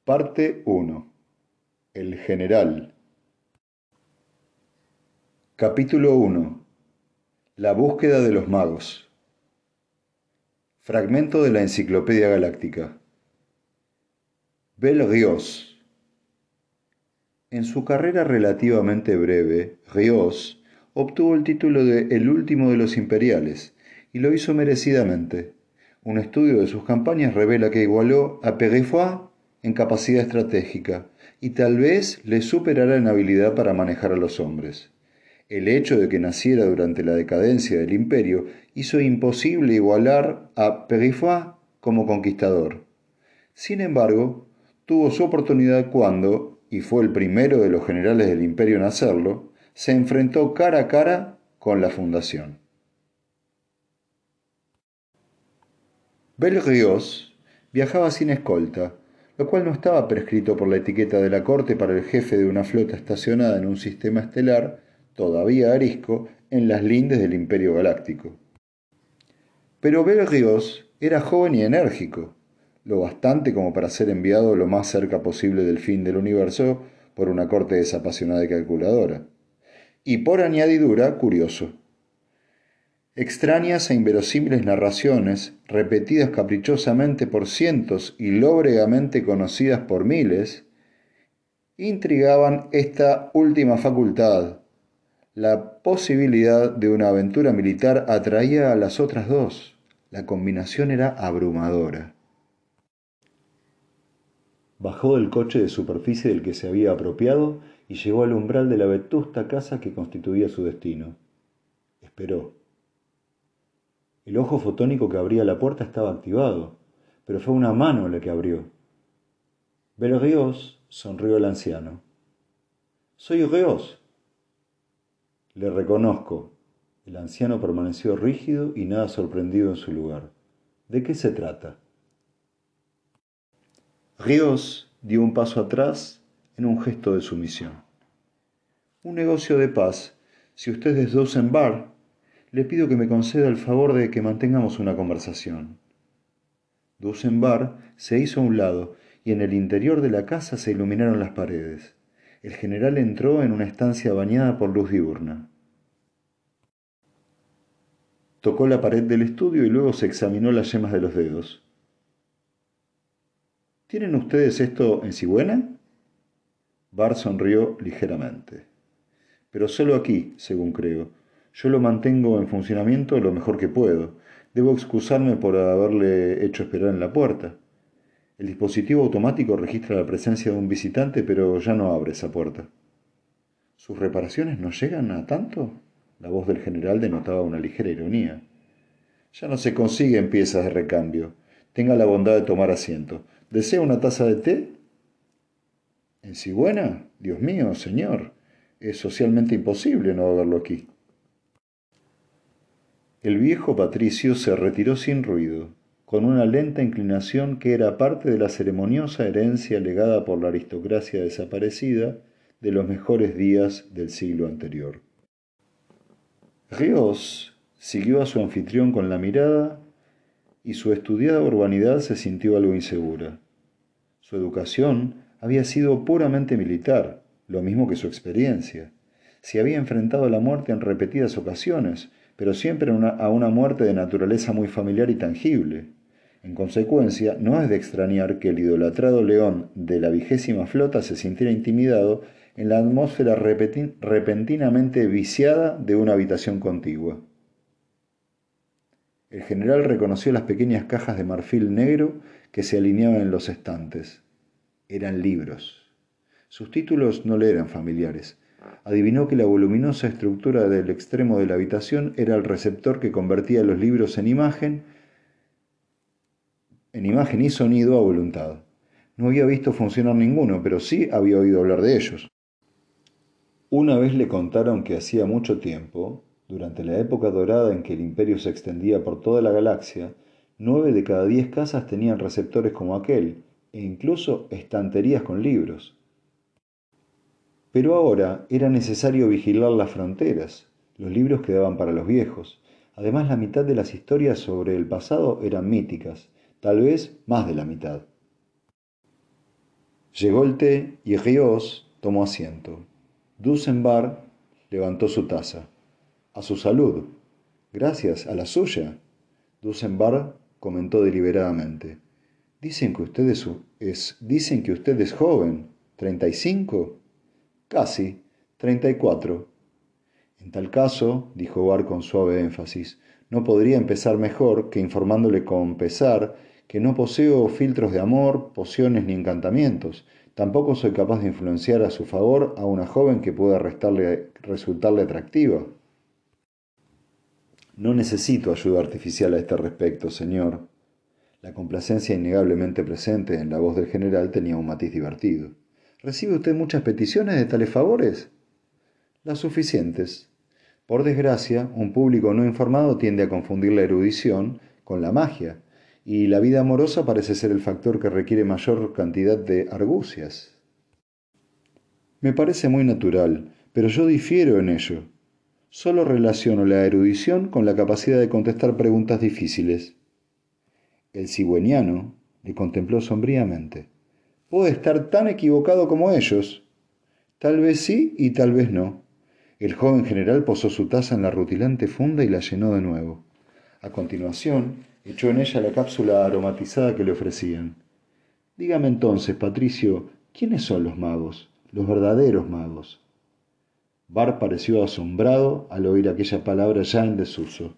Parte 1. El general. Capítulo 1. La búsqueda de los magos. Fragmento de la Enciclopedia Galáctica. Bel Rios. En su carrera relativamente breve, Rios obtuvo el título de el último de los imperiales, y lo hizo merecidamente. Un estudio de sus campañas revela que igualó a Périfois en capacidad estratégica, y tal vez le superará en habilidad para manejar a los hombres. El hecho de que naciera durante la decadencia del imperio hizo imposible igualar a Périfois como conquistador. Sin embargo, tuvo su oportunidad cuando, y fue el primero de los generales del imperio en hacerlo, se enfrentó cara a cara con la fundación. Bel Rios viajaba sin escolta, lo cual no estaba prescrito por la etiqueta de la corte para el jefe de una flota estacionada en un sistema estelar, todavía arisco, en las lindes del Imperio Galáctico. Pero Bel Rios era joven y enérgico, lo bastante como para ser enviado lo más cerca posible del fin del universo por una corte desapasionada y calculadora. Y por añadidura, curioso. Extrañas e inverosímiles narraciones, repetidas caprichosamente por cientos y lóbregamente conocidas por miles, intrigaban esta última facultad. La posibilidad de una aventura militar atraía a las otras dos. La combinación era abrumadora. Bajó del coche de superficie del que se había apropiado y llegó al umbral de la vetusta casa que constituía su destino. Esperó. El ojo fotónico que abría la puerta estaba activado, pero fue una mano la que abrió. Bel Rios, sonrió el anciano. «Soy Rios». «Le reconozco». El anciano permaneció rígido y nada sorprendido en su lugar. «¿De qué se trata?» Rios dio un paso atrás en un gesto de sumisión. «Un negocio de paz. Si usted es Dusenbar, le pido que me conceda el favor de que mantengamos una conversación». Dusenbar se hizo a un lado y en el interior de la casa se iluminaron las paredes. El general entró en una estancia bañada por luz diurna. Tocó la pared del estudio y luego se examinó las yemas de los dedos. ¿Tienen ustedes esto en Sigüena? Bar sonrió ligeramente. Pero solo aquí, según creo. Yo lo mantengo en funcionamiento lo mejor que puedo. Debo excusarme por haberle hecho esperar en la puerta. El dispositivo automático registra la presencia de un visitante, pero ya no abre esa puerta. ¿Sus reparaciones no llegan a tanto? La voz del general denotaba una ligera ironía. Ya no se consiguen piezas de recambio. Tenga la bondad de tomar asiento. ¿Desea una taza de té? ¿En Sigüena? Dios mío, señor. Es socialmente imposible no verlo aquí. El viejo patricio se retiró sin ruido, con una lenta inclinación que era parte de la ceremoniosa herencia legada por la aristocracia desaparecida de los mejores días del siglo anterior. Rios siguió a su anfitrión con la mirada y su estudiada urbanidad se sintió algo insegura. Su educación había sido puramente militar, lo mismo que su experiencia. Se había enfrentado a la muerte en repetidas ocasiones, pero siempre a una muerte de naturaleza muy familiar y tangible. En consecuencia, no es de extrañar que el idolatrado león de la 20ª flota se sintiera intimidado en la atmósfera repentinamente viciada de una habitación contigua. El general reconoció las pequeñas cajas de marfil negro que se alineaban en los estantes. Eran libros. Sus títulos no le eran familiares. Adivinó que la voluminosa estructura del extremo de la habitación era el receptor que convertía los libros en imagen y sonido a voluntad. No había visto funcionar ninguno, pero sí había oído hablar de ellos. Una vez le contaron que hacía mucho tiempo, durante la época dorada en que el imperio se extendía por toda la galaxia, 9 de cada 10 casas tenían receptores como aquel, e incluso estanterías con libros. Pero ahora era necesario vigilar las fronteras. Los libros quedaban para los viejos. Además, la mitad de las historias sobre el pasado eran míticas, tal vez más de la mitad. Llegó el té y Rios tomó asiento. Dusenbar levantó su taza. A su salud. Gracias, a la suya. Dusenbar comentó deliberadamente. Dicen que usted es joven. ¿35? Casi. 34. En tal caso, dijo Bar con suave énfasis, no podría empezar mejor que informándole con pesar que no poseo filtros de amor, pociones ni encantamientos. Tampoco soy capaz de influenciar a su favor a una joven que pueda resultarle atractiva. No necesito ayuda artificial a este respecto, señor. La complacencia innegablemente presente en la voz del general tenía un matiz divertido. ¿Recibe usted muchas peticiones de tales favores? Las suficientes. Por desgracia, un público no informado tiende a confundir la erudición con la magia, y la vida amorosa parece ser el factor que requiere mayor cantidad de argucias. Me parece muy natural, pero yo difiero en ello. Solo relaciono la erudición con la capacidad de contestar preguntas difíciles. El cigüeñano le contempló sombríamente. Puede estar tan equivocado como ellos. Tal vez sí y tal vez no. El joven general posó su taza en la rutilante funda y la llenó de nuevo. A continuación, echó en ella la cápsula aromatizada que le ofrecían. Dígame entonces, Patricio, ¿quiénes son los magos? Los verdaderos magos. Bar pareció asombrado al oír aquella palabra ya en desuso.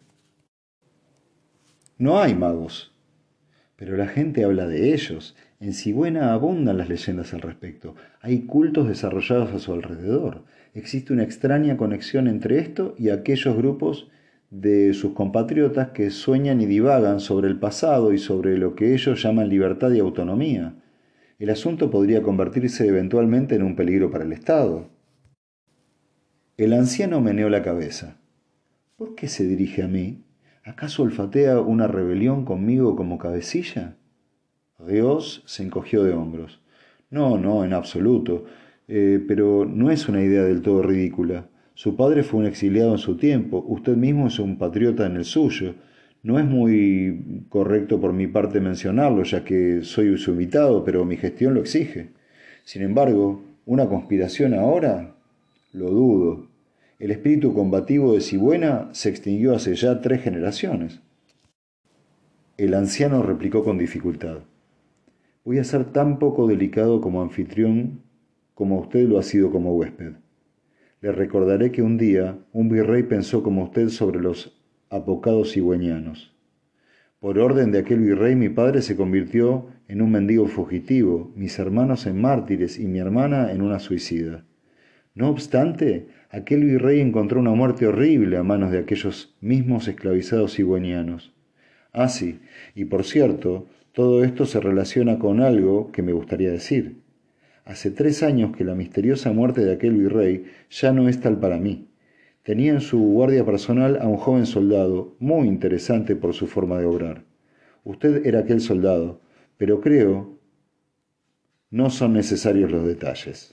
No hay magos. Pero la gente habla de ellos. En Sigüena abundan las leyendas al respecto. Hay cultos desarrollados a su alrededor. Existe una extraña conexión entre esto y aquellos grupos de sus compatriotas que sueñan y divagan sobre el pasado y sobre lo que ellos llaman libertad y autonomía. El asunto podría convertirse eventualmente en un peligro para el Estado. El anciano meneó la cabeza. ¿Por qué se dirige a mí? ¿Acaso olfatea una rebelión conmigo como cabecilla? Rios se encogió de hombros. No, no, en absoluto. Pero no es una idea del todo ridícula. Su padre fue un exiliado en su tiempo, usted mismo es un patriota en el suyo. No es muy correcto por mi parte mencionarlo, ya que soy su invitado, pero mi gestión lo exige. Sin embargo, ¿una conspiración ahora? Lo dudo. El espíritu combativo de Sigüena se extinguió hace ya 3 generaciones. El anciano replicó con dificultad. Voy a ser tan poco delicado como anfitrión como usted lo ha sido como huésped. Le recordaré que un día un virrey pensó como usted sobre los apocados cigüeñanos. Por orden de aquel virrey mi padre se convirtió en un mendigo fugitivo, mis hermanos en mártires y mi hermana en una suicida. No obstante, aquel virrey encontró una muerte horrible a manos de aquellos mismos esclavizados cigüeñanos. Ah, sí, y por cierto, todo esto se relaciona con algo que me gustaría decir. Hace 3 años que la misteriosa muerte de aquel virrey ya no es tal para mí. Tenía en su guardia personal a un joven soldado, muy interesante por su forma de obrar. Usted era aquel soldado, pero creo no son necesarios los detalles.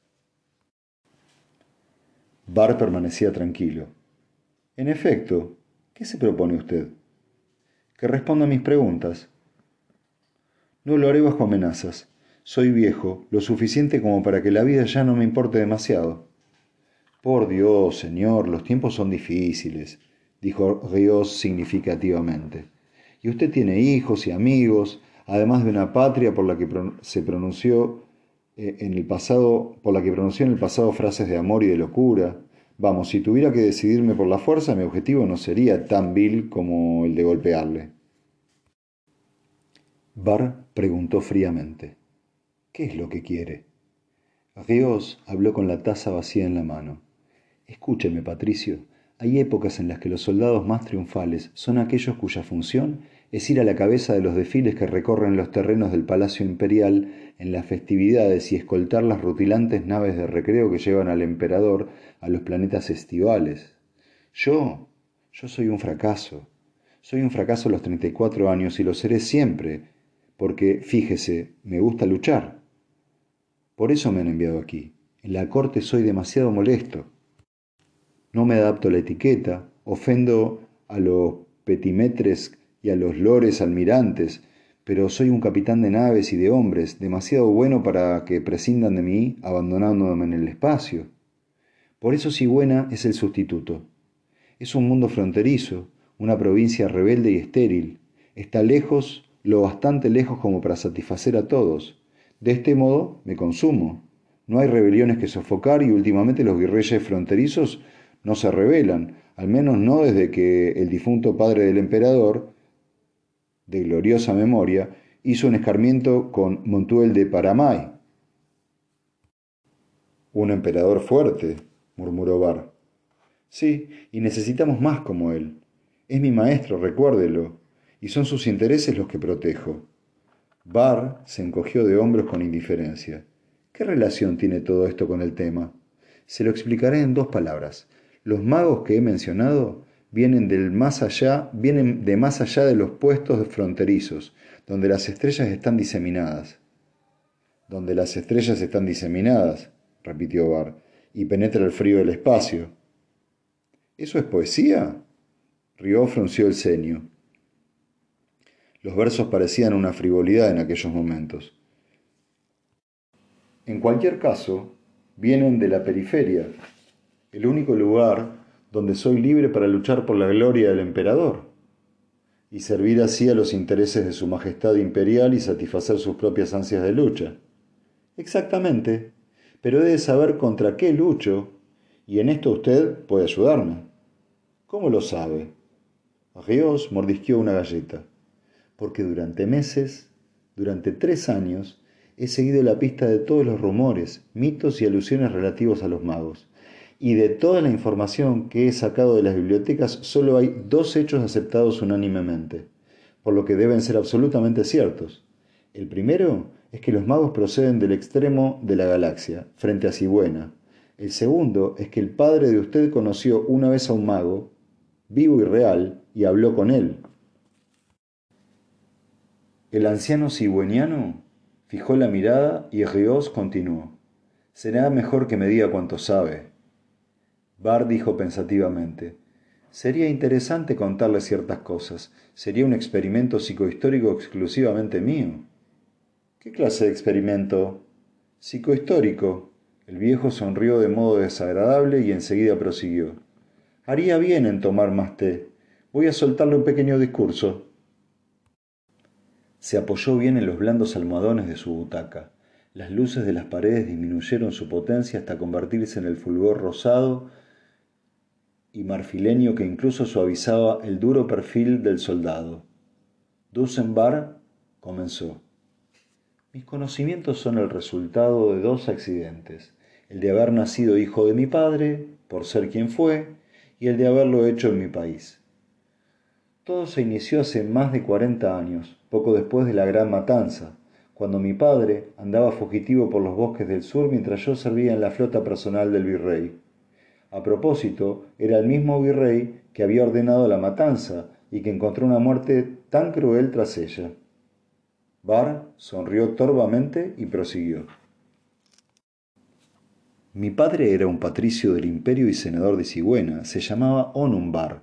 Bar permanecía tranquilo. En efecto, ¿qué se propone usted? Que responda a mis preguntas. No lo haré bajo amenazas. Soy viejo, lo suficiente como para que la vida ya no me importe demasiado. Por Dios, señor, los tiempos son difíciles, dijo Ríos significativamente. Y usted tiene hijos y amigos, además de una patria por la que se pronunció por la que pronunció en el pasado frases de amor y de locura. Vamos, si tuviera que decidirme por la fuerza, mi objetivo no sería tan vil como el de golpearle. Bar preguntó fríamente. ¿Qué es lo que quiere? Ríos habló con la taza vacía en la mano. Escúcheme, Patricio. Hay épocas en las que los soldados más triunfales son aquellos cuya función es ir a la cabeza de los desfiles que recorren los terrenos del Palacio Imperial en las festividades y escoltar las rutilantes naves de recreo que llevan al emperador a los planetas estivales. Yo soy un fracaso. Soy un fracaso a los 34 años y lo seré siempre, porque, fíjese, me gusta luchar. Por eso me han enviado aquí. En la corte soy demasiado molesto. No me adapto a la etiqueta, ofendo a los petimetres y a los lores almirantes, pero soy un capitán de naves y de hombres, demasiado bueno para que prescindan de mí abandonándome en el espacio. Por eso Sigüena es el sustituto. Es un mundo fronterizo, una provincia rebelde y estéril. Está lejos, lo bastante lejos como para satisfacer a todos. De este modo me consumo. No hay rebeliones que sofocar y últimamente los virreyes fronterizos no se rebelan, al menos no desde que el difunto padre del emperador, de gloriosa memoria, hizo un escarmiento con Montuel de Paramay. Un emperador fuerte, murmuró Bar. Sí, y necesitamos más como él. Es mi maestro, recuérdelo, y son sus intereses los que protejo. Barr se encogió de hombros con indiferencia. ¿Qué relación tiene todo esto con el tema? Se lo explicaré en 2 palabras. Los magos que he mencionado vienen vienen de más allá de los puestos fronterizos, donde las estrellas están diseminadas. Donde las estrellas están diseminadas, repitió Barr, y penetra el frío del espacio. ¿Eso es poesía? Rió frunció el ceño. Los versos parecían una frivolidad en aquellos momentos. En cualquier caso, vienen de la periferia, el único lugar donde soy libre para luchar por la gloria del emperador y servir así a los intereses de su majestad imperial y satisfacer sus propias ansias de lucha. Exactamente, pero he de saber contra qué lucho, y en esto usted puede ayudarme. ¿Cómo lo sabe? Rios mordisqueó una galleta. Porque durante meses, durante 3 años, he seguido la pista de todos los rumores, mitos y alusiones relativos a los magos. Y de toda la información que he sacado de las bibliotecas, solo hay 2 hechos aceptados unánimemente, por lo que deben ser absolutamente ciertos. El primero es que los magos proceden del extremo de la galaxia, frente a Sigüena. El segundo es que el padre de usted conoció una vez a un mago, vivo y real, y habló con él. El anciano cigüeñano fijó la mirada y Rios continuó. Será mejor que me diga cuánto sabe. Barr dijo pensativamente. Sería interesante contarle ciertas cosas. Sería un experimento psicohistórico exclusivamente mío. ¿Qué clase de experimento? Psicohistórico. El viejo sonrió de modo desagradable y enseguida prosiguió. Haría bien en tomar más té. Voy a soltarle un pequeño discurso. Se apoyó bien en los blandos almohadones de su butaca. Las luces de las paredes disminuyeron su potencia hasta convertirse en el fulgor rosado y marfileño que incluso suavizaba el duro perfil del soldado. Dusenbar comenzó. Mis conocimientos son el resultado de 2 accidentes, el de haber nacido hijo de mi padre, por ser quien fue, y el de haberlo hecho en mi país. Todo se inició hace más de 40 años, poco después de la Gran Matanza, cuando mi padre andaba fugitivo por los bosques del sur mientras yo servía en la flota personal del virrey. A propósito, era el mismo virrey que había ordenado la matanza y que encontró una muerte tan cruel tras ella. Barr sonrió torvamente y prosiguió. Mi padre era un patricio del imperio y senador de Sigüena. Se llamaba Onum Barr.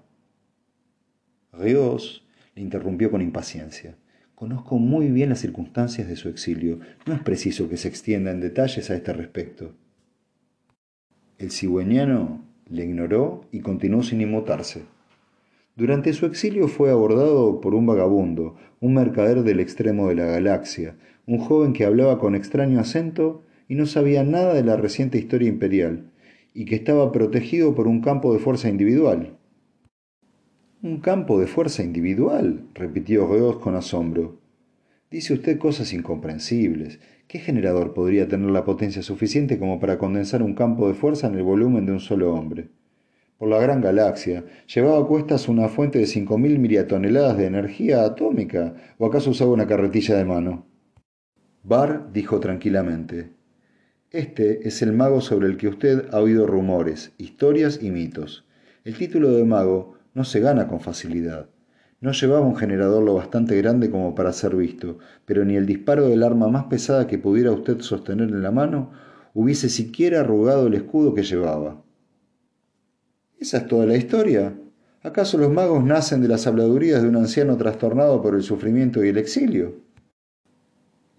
Rios le interrumpió con impaciencia. Conozco muy bien las circunstancias de su exilio. No es preciso que se extienda en detalles a este respecto. El cigüeñano le ignoró y continuó sin inmutarse. Durante su exilio fue abordado por un vagabundo, un mercader del extremo de la galaxia, un joven que hablaba con extraño acento y no sabía nada de la reciente historia imperial, y que estaba protegido por un campo de fuerza individual. ¿Un campo de fuerza individual?, repitió Reos con asombro. Dice usted cosas incomprensibles. ¿Qué generador podría tener la potencia suficiente como para condensar un campo de fuerza en el volumen de un solo hombre? Por la gran galaxia, ¿llevaba a cuestas una fuente de 5.000 miriatoneladas de energía atómica o acaso usaba una carretilla de mano? Barr dijo tranquilamente. Este es el mago sobre el que usted ha oído rumores, historias y mitos. El título de mago no se gana con facilidad. No llevaba un generador lo bastante grande como para ser visto, pero ni el disparo del arma más pesada que pudiera usted sostener en la mano hubiese siquiera arrugado el escudo que llevaba. ¿Esa es toda la historia? ¿Acaso los magos nacen de las habladurías de un anciano trastornado por el sufrimiento y el exilio?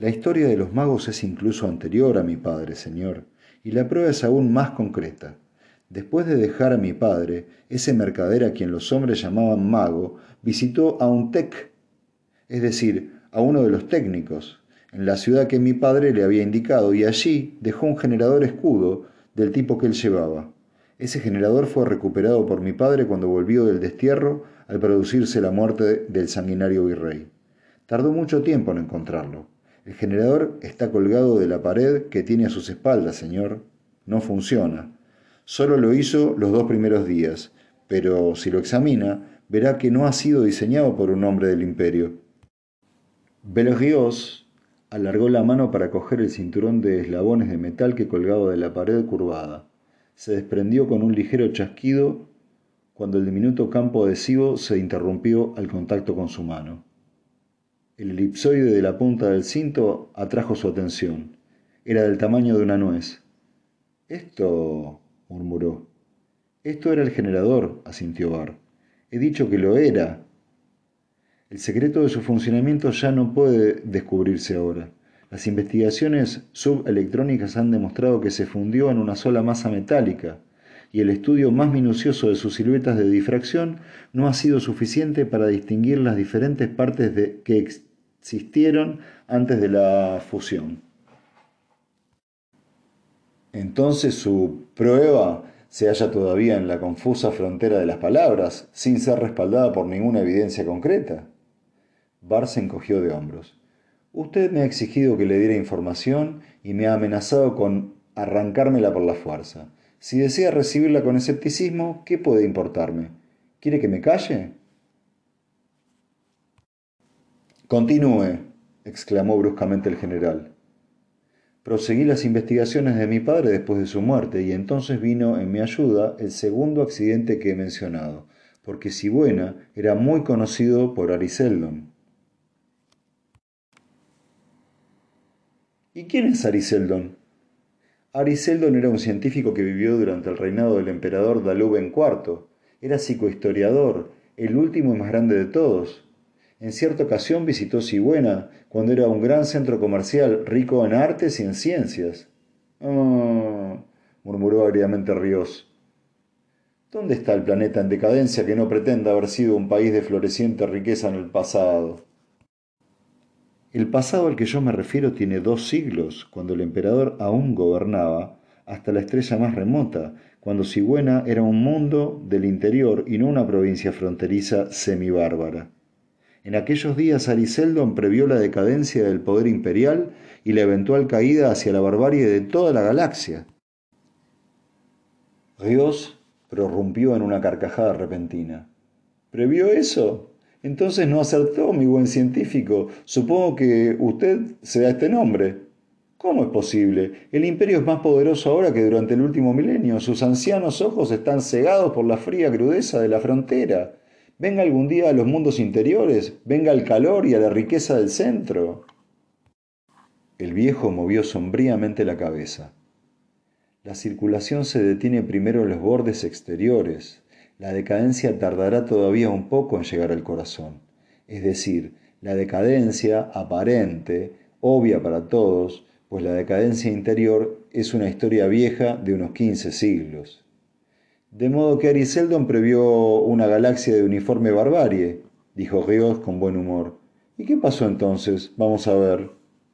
La historia de los magos es incluso anterior a mi padre, señor, y la prueba es aún más concreta. Después de dejar a mi padre, ese mercader a quien los hombres llamaban mago, visitó a un tec, es decir, a uno de los técnicos, en la ciudad que mi padre le había indicado, y allí dejó un generador escudo del tipo que él llevaba. Ese generador fue recuperado por mi padre cuando volvió del destierro al producirse la muerte del sanguinario virrey. Tardó mucho tiempo en encontrarlo. El generador está colgado de la pared que tiene a sus espaldas, señor. No funciona. Solo lo hizo los 2 primeros días, pero si lo examina, verá que no ha sido diseñado por un hombre del imperio. Belrios alargó la mano para coger el cinturón de eslabones de metal que colgaba de la pared curvada. Se desprendió con un ligero chasquido cuando el diminuto campo adhesivo se interrumpió al contacto con su mano. El elipsoide de la punta del cinto atrajo su atención. Era del tamaño de una nuez. «Esto», murmuró. «Esto era el generador», asintió Bar. «He dicho que lo era». El secreto de su funcionamiento ya no puede descubrirse ahora. Las investigaciones subelectrónicas han demostrado que se fundió en una sola masa metálica, y el estudio más minucioso de sus siluetas de difracción no ha sido suficiente para distinguir las diferentes partes que existieron antes de la fusión. Entonces su prueba se halla todavía en la confusa frontera de las palabras, sin ser respaldada por ninguna evidencia concreta. Bar se encogió de hombros. Usted me ha exigido que le diera información y me ha amenazado con arrancármela por la fuerza. Si desea recibirla con escepticismo, ¿qué puede importarme? ¿Quiere que me calle? Continúe, exclamó bruscamente el general. Proseguí las investigaciones de mi padre después de su muerte y entonces vino en mi ayuda el segundo accidente que he mencionado, porque Sigüena era muy conocido por Ariseldon. ¿Y quién es Ariseldon? Ariseldon era un científico que vivió durante el reinado del emperador Daluben IV. Era psicohistoriador, el último y más grande de todos. En cierta ocasión visitó Sigüena, cuando era un gran centro comercial rico en artes y en ciencias. «Ah», murmuró agriamente Ríos. «¿Dónde está el planeta en decadencia que no pretenda haber sido un país de floreciente riqueza en el pasado?» El pasado al que yo me refiero tiene 2 siglos, cuando el emperador aún gobernaba, hasta la estrella más remota, cuando Sigüena era un mundo del interior y no una provincia fronteriza semibárbara. En aquellos días Ariseldon previó la decadencia del poder imperial y la eventual caída hacia la barbarie de toda la galaxia. Rios prorrumpió en una carcajada repentina. ¿Previó eso? Entonces no acertó, mi buen científico. Supongo que usted se da este nombre. ¿Cómo es posible? El imperio es más poderoso ahora que durante el último milenio. Sus ancianos ojos están cegados por la fría crudeza de la frontera. Venga algún día a los mundos interiores, venga al calor y a la riqueza del centro. El viejo movió sombríamente la cabeza. La circulación se detiene primero en los bordes exteriores. La decadencia tardará todavía un poco en llegar al corazón. Es decir, la decadencia aparente, obvia para todos, pues la decadencia interior es una historia vieja de unos 15 siglos. De modo que Ariseldon previó una galaxia de uniforme barbarie, dijo Rios con buen humor. ¿Y qué pasó entonces? Vamos a ver.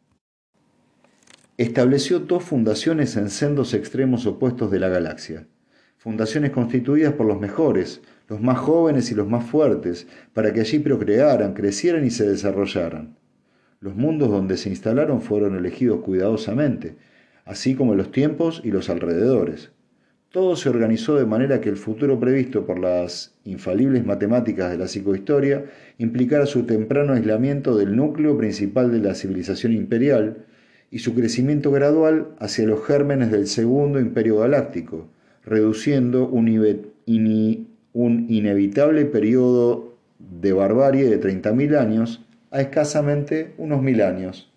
Estableció 2 fundaciones en sendos extremos opuestos de la galaxia. Fundaciones constituidas por los mejores, los más jóvenes y los más fuertes, para que allí procrearan, crecieran y se desarrollaran. Los mundos donde se instalaron fueron elegidos cuidadosamente, así como los tiempos y los alrededores. Todo se organizó de manera que el futuro previsto por las infalibles matemáticas de la psicohistoria implicara su temprano aislamiento del núcleo principal de la civilización imperial y su crecimiento gradual hacia los gérmenes del segundo imperio galáctico, reduciendo un inevitable periodo de barbarie de 30.000 años a escasamente unos 1.000 años.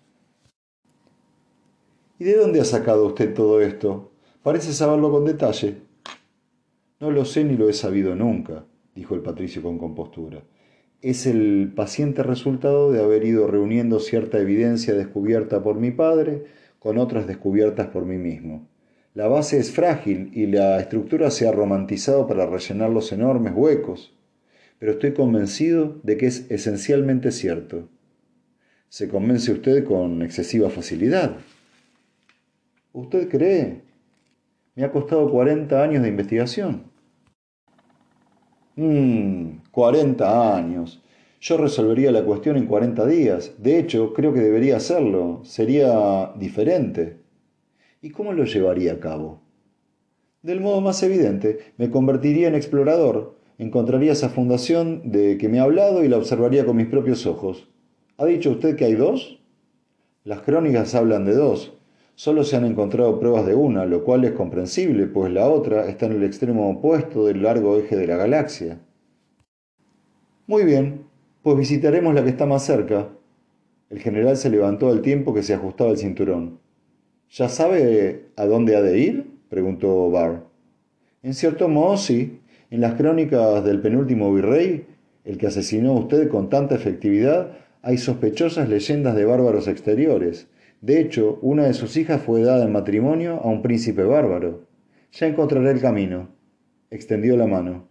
¿Y de dónde ha sacado usted todo esto? Parece saberlo con detalle. No lo sé ni lo he sabido nunca, dijo el patricio con compostura. es el paciente resultado de haber ido reuniendo cierta evidencia descubierta por mi padre con otras descubiertas por mí mismo. La base es frágil y la estructura se ha romantizado para rellenar los enormes huecos, pero estoy convencido de que es esencialmente cierto. Se convence usted con excesiva facilidad. ¿Usted cree? Me ha costado 40 años de investigación. 40 años. Yo resolvería la cuestión en 40 días. De hecho, creo que debería hacerlo. Sería diferente. ¿Y cómo lo llevaría a cabo? Del modo más evidente, me convertiría en explorador. Encontraría esa fundación de que me ha hablado y la observaría con mis propios ojos. ¿Ha dicho usted que hay dos? Las crónicas hablan de dos. Solo se han encontrado pruebas de una, lo cual es comprensible, pues la otra está en el extremo opuesto del largo eje de la galaxia. Muy bien, pues visitaremos la que está más cerca. El general se levantó al tiempo que se ajustaba el cinturón. ¿Ya sabe a dónde ha de ir?, preguntó Barr. En cierto modo, sí. En las crónicas del penúltimo virrey, el que asesinó a usted con tanta efectividad, hay sospechosas leyendas de bárbaros exteriores. De hecho, una de sus hijas fue dada en matrimonio a un príncipe bárbaro. Ya encontraré el camino. Extendió la mano.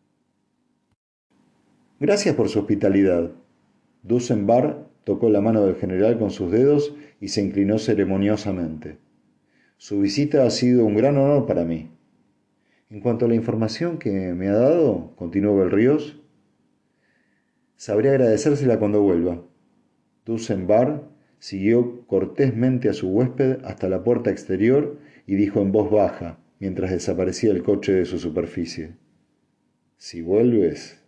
Gracias por su hospitalidad. Dusenbar tocó la mano del general con sus dedos y se inclinó ceremoniosamente. Su visita ha sido un gran honor para mí. En cuanto a la información que me ha dado, continuó Belríos, sabré agradecérsela cuando vuelva. Dusenbar siguió cortésmente a su huésped hasta la puerta exterior y dijo en voz baja, mientras desaparecía el coche de su superficie: Si vuelves,